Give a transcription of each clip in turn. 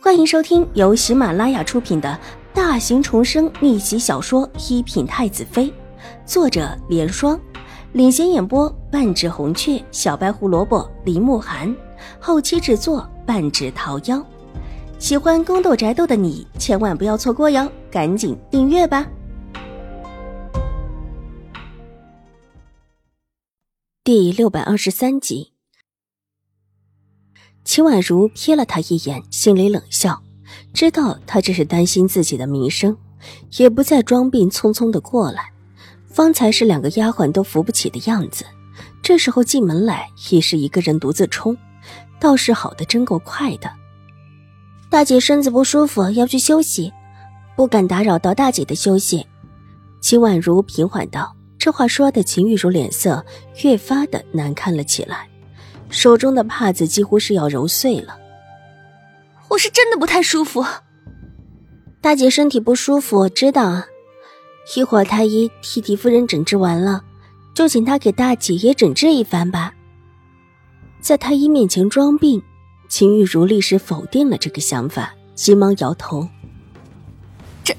欢迎收听由喜马拉雅出品的大型重生逆袭小说《一品太子妃》，作者莲霜，领衔演播半指红雀、小白胡萝卜、林慕寒，后期制作半指桃夭。喜欢宫斗宅斗的你千万不要错过哟，赶紧订阅吧。第623集。秦婉如瞥了他一眼，心里冷笑，知道他这是担心自己的名声，也不再装病，匆匆地过来。方才是两个丫鬟都扶不起的样子，这时候进门来已是一个人独自冲，倒是好的真够快的。大姐身子不舒服，要去休息，不敢打扰到大姐的休息。秦婉如平缓道，这话说的秦玉茹脸色越发的难看了起来，手中的帕子几乎是要揉碎了。 我是真的不太舒服。 大姐身体不舒服，我知道啊。一会儿太医替狄夫人诊治完了，就请她给大姐也诊治一番吧。在太医面前装病，秦玉茹立时否定了这个想法，急忙摇头。 这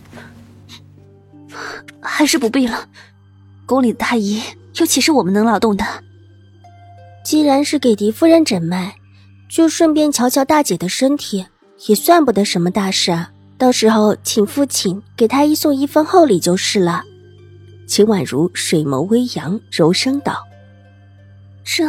还是不必了，宫里的太医又岂是我们能劳动的？ 既然是给狄夫人诊脉，就顺便瞧瞧大姐的身体，也算不得什么大事啊。到时候请父亲给太医送一份厚礼就是了。秦婉如水眸微扬，柔声道： 这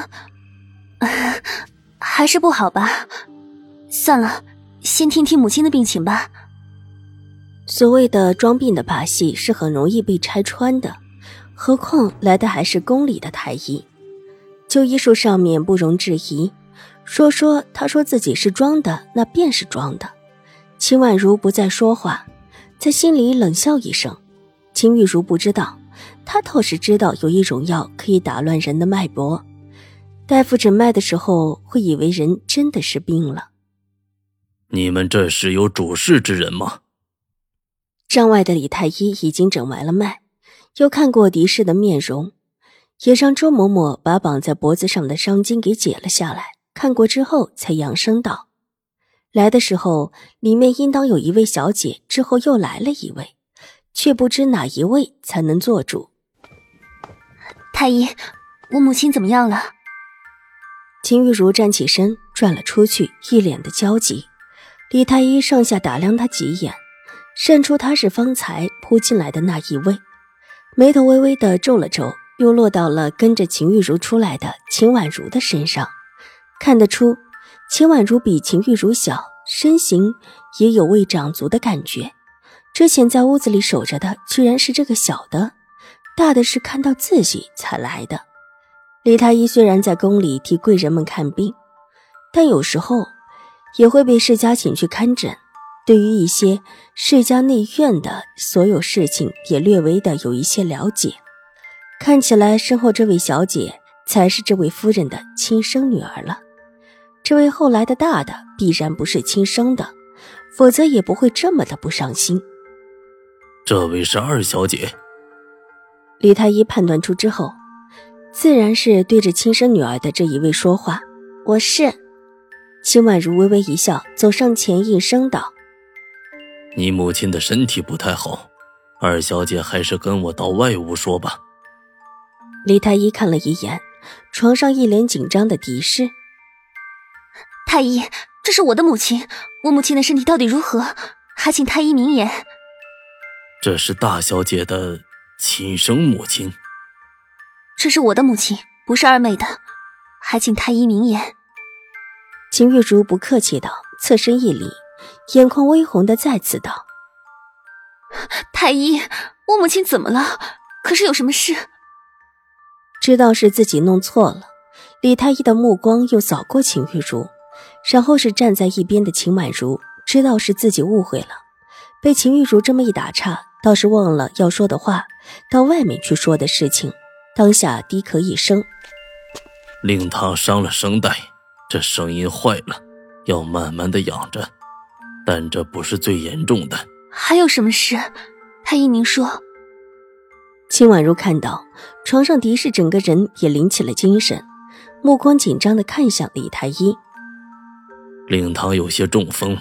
还是不好吧，算了，先听听母亲的病情吧。 所谓的装病的把戏是很容易被拆穿的，何况来的还是宫里的太医，就医术上面不容置疑。说他说自己是装的，那便是装的。秦婉如不再说话，在心里冷笑一声。秦玉茹不知道，她倒是知道有一种药可以打乱人的脉搏，大夫诊脉的时候会以为人真的是病了。 你们这是有主事之人吗？ 帐外的李太医已经诊完了脉，又看过狄氏的面容，也让周嬷嬷把绑在脖子上的伤筋给解了下来，看过之后才扬声道：来的时候里面应当有一位小姐，之后又来了一位，却不知哪一位才能做主。 太医，我母亲怎么样了？ 秦玉茹站起身转了出去，一脸的焦急。李太医上下打量她几眼，认出她是方才扑进来的那一位，眉头微微的皱了皱，又落到了跟着秦玉茹出来的秦婉如的身上。看得出秦婉如比秦玉茹小，身形也有未长足的感觉。之前在屋子里守着的居然是这个小的，大的是看到自己才来的。李太医虽然在宫里替贵人们看病，但有时候也会被世家请去看诊，对于一些世家内院的所有事情也略微的有一些了解。看起来身后这位小姐才是这位夫人的亲生女儿了。这位后来的大的必然不是亲生的，否则也不会这么的不上心。 这位是二小姐。 李太医判断出之后，自然是对着亲生女儿的这一位说话。我是。秦婉如微微一笑，走上前应声道： 你母亲的身体不太好，二小姐还是跟我到外屋说吧。 李太医看了一眼床上一脸紧张的狄氏。 太医，这是我的母亲，我母亲的身体到底如何？还请太医明言。 这是大小姐的亲生母亲。 这是我的母亲，不是二妹的，还请太医明言。 秦玉茹不客气道，侧身一礼，眼眶微红的再次道： 太医，我母亲怎么了？可是有什么事？ 知道是自己弄错了，李太医的目光又扫过秦玉茹，然后是站在一边的秦婉如，知道是自己误会了，被秦玉茹这么一打岔，倒是忘了要说的话，到外面去说的事情，当下低咳一声： 令堂伤了声带，这声音坏了，要慢慢的养着，但这不是最严重的。 还有什么事？太医您说。 秦婉如看到床上狄氏整个人也领起了精神，目光紧张地看向李太医。 令堂有些中风，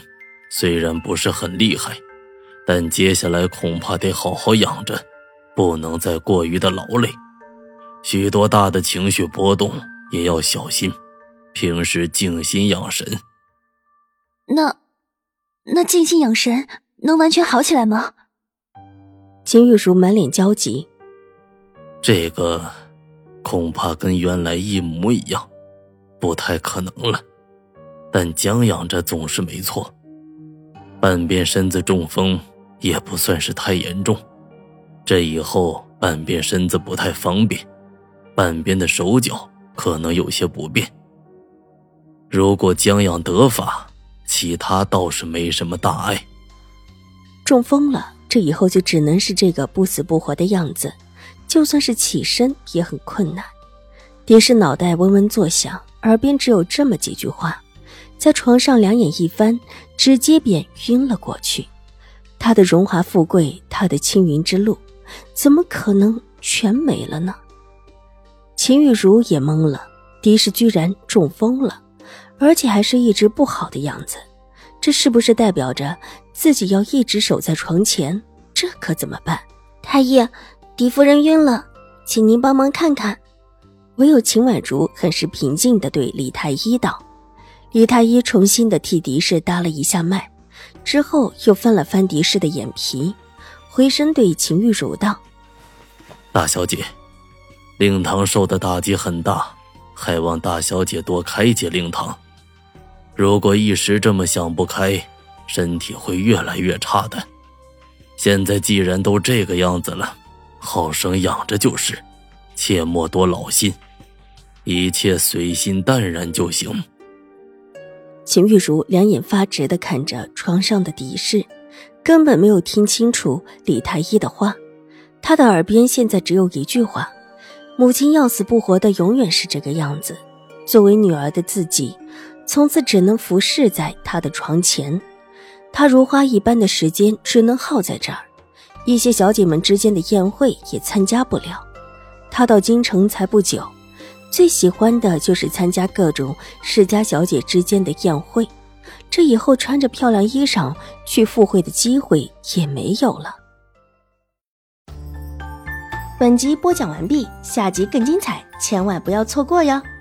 虽然不是很厉害，但接下来恐怕得好好养着，不能再过于的劳累。许多大的情绪波动也要小心，平时静心养神。 那静心养神能完全好起来吗？ 秦玉茹满脸焦急。 这个恐怕跟原来一模一样，不太可能了。但将养着总是没错。半边身子中风也不算是太严重，这以后半边身子不太方便，半边的手脚可能有些不便。如果将养得法，其他倒是没什么大碍。 中风了，这以后就只能是这个不死不活的样子，就算是起身也很困难。狄氏脑袋嗡嗡作响，耳边只有这么几句话，在床上两眼一翻，直接便晕了过去。他的荣华富贵，他的青云之路，怎么可能全没了呢？秦玉茹也懵了，狄氏居然中风了，而且还是一直不好的样子，这是不是代表着自己要一直守在床前？这可怎么办？ 太医，狄夫人晕了，请您帮忙看看。 唯有秦婉如很是平静地对李太医道。李太医重新地替狄氏搭了一下脉，之后又翻了翻狄氏的眼皮，回身对秦玉茹道： 大小姐，令堂受的打击很大，还望大小姐多开解令堂。如果一时这么想不开，身体会越来越差的。现在既然都这个样子了，好生养着就是，切莫多劳心，一切随心淡然就行。 秦玉茹两眼发直地看着床上的狄氏，根本没有听清楚李太医的话。她的耳边现在只有一句话：母亲要死不活的永远是这个样子，作为女儿的自己从此只能服侍在她的床前，她如花一般的时间只能耗在这儿，一些小姐们之间的宴会也参加不了。她到京城才不久，最喜欢的就是参加各种世家小姐之间的宴会，这以后穿着漂亮衣裳去赴会的机会也没有了。 本集播讲完毕，下集更精彩，千万不要错过哟。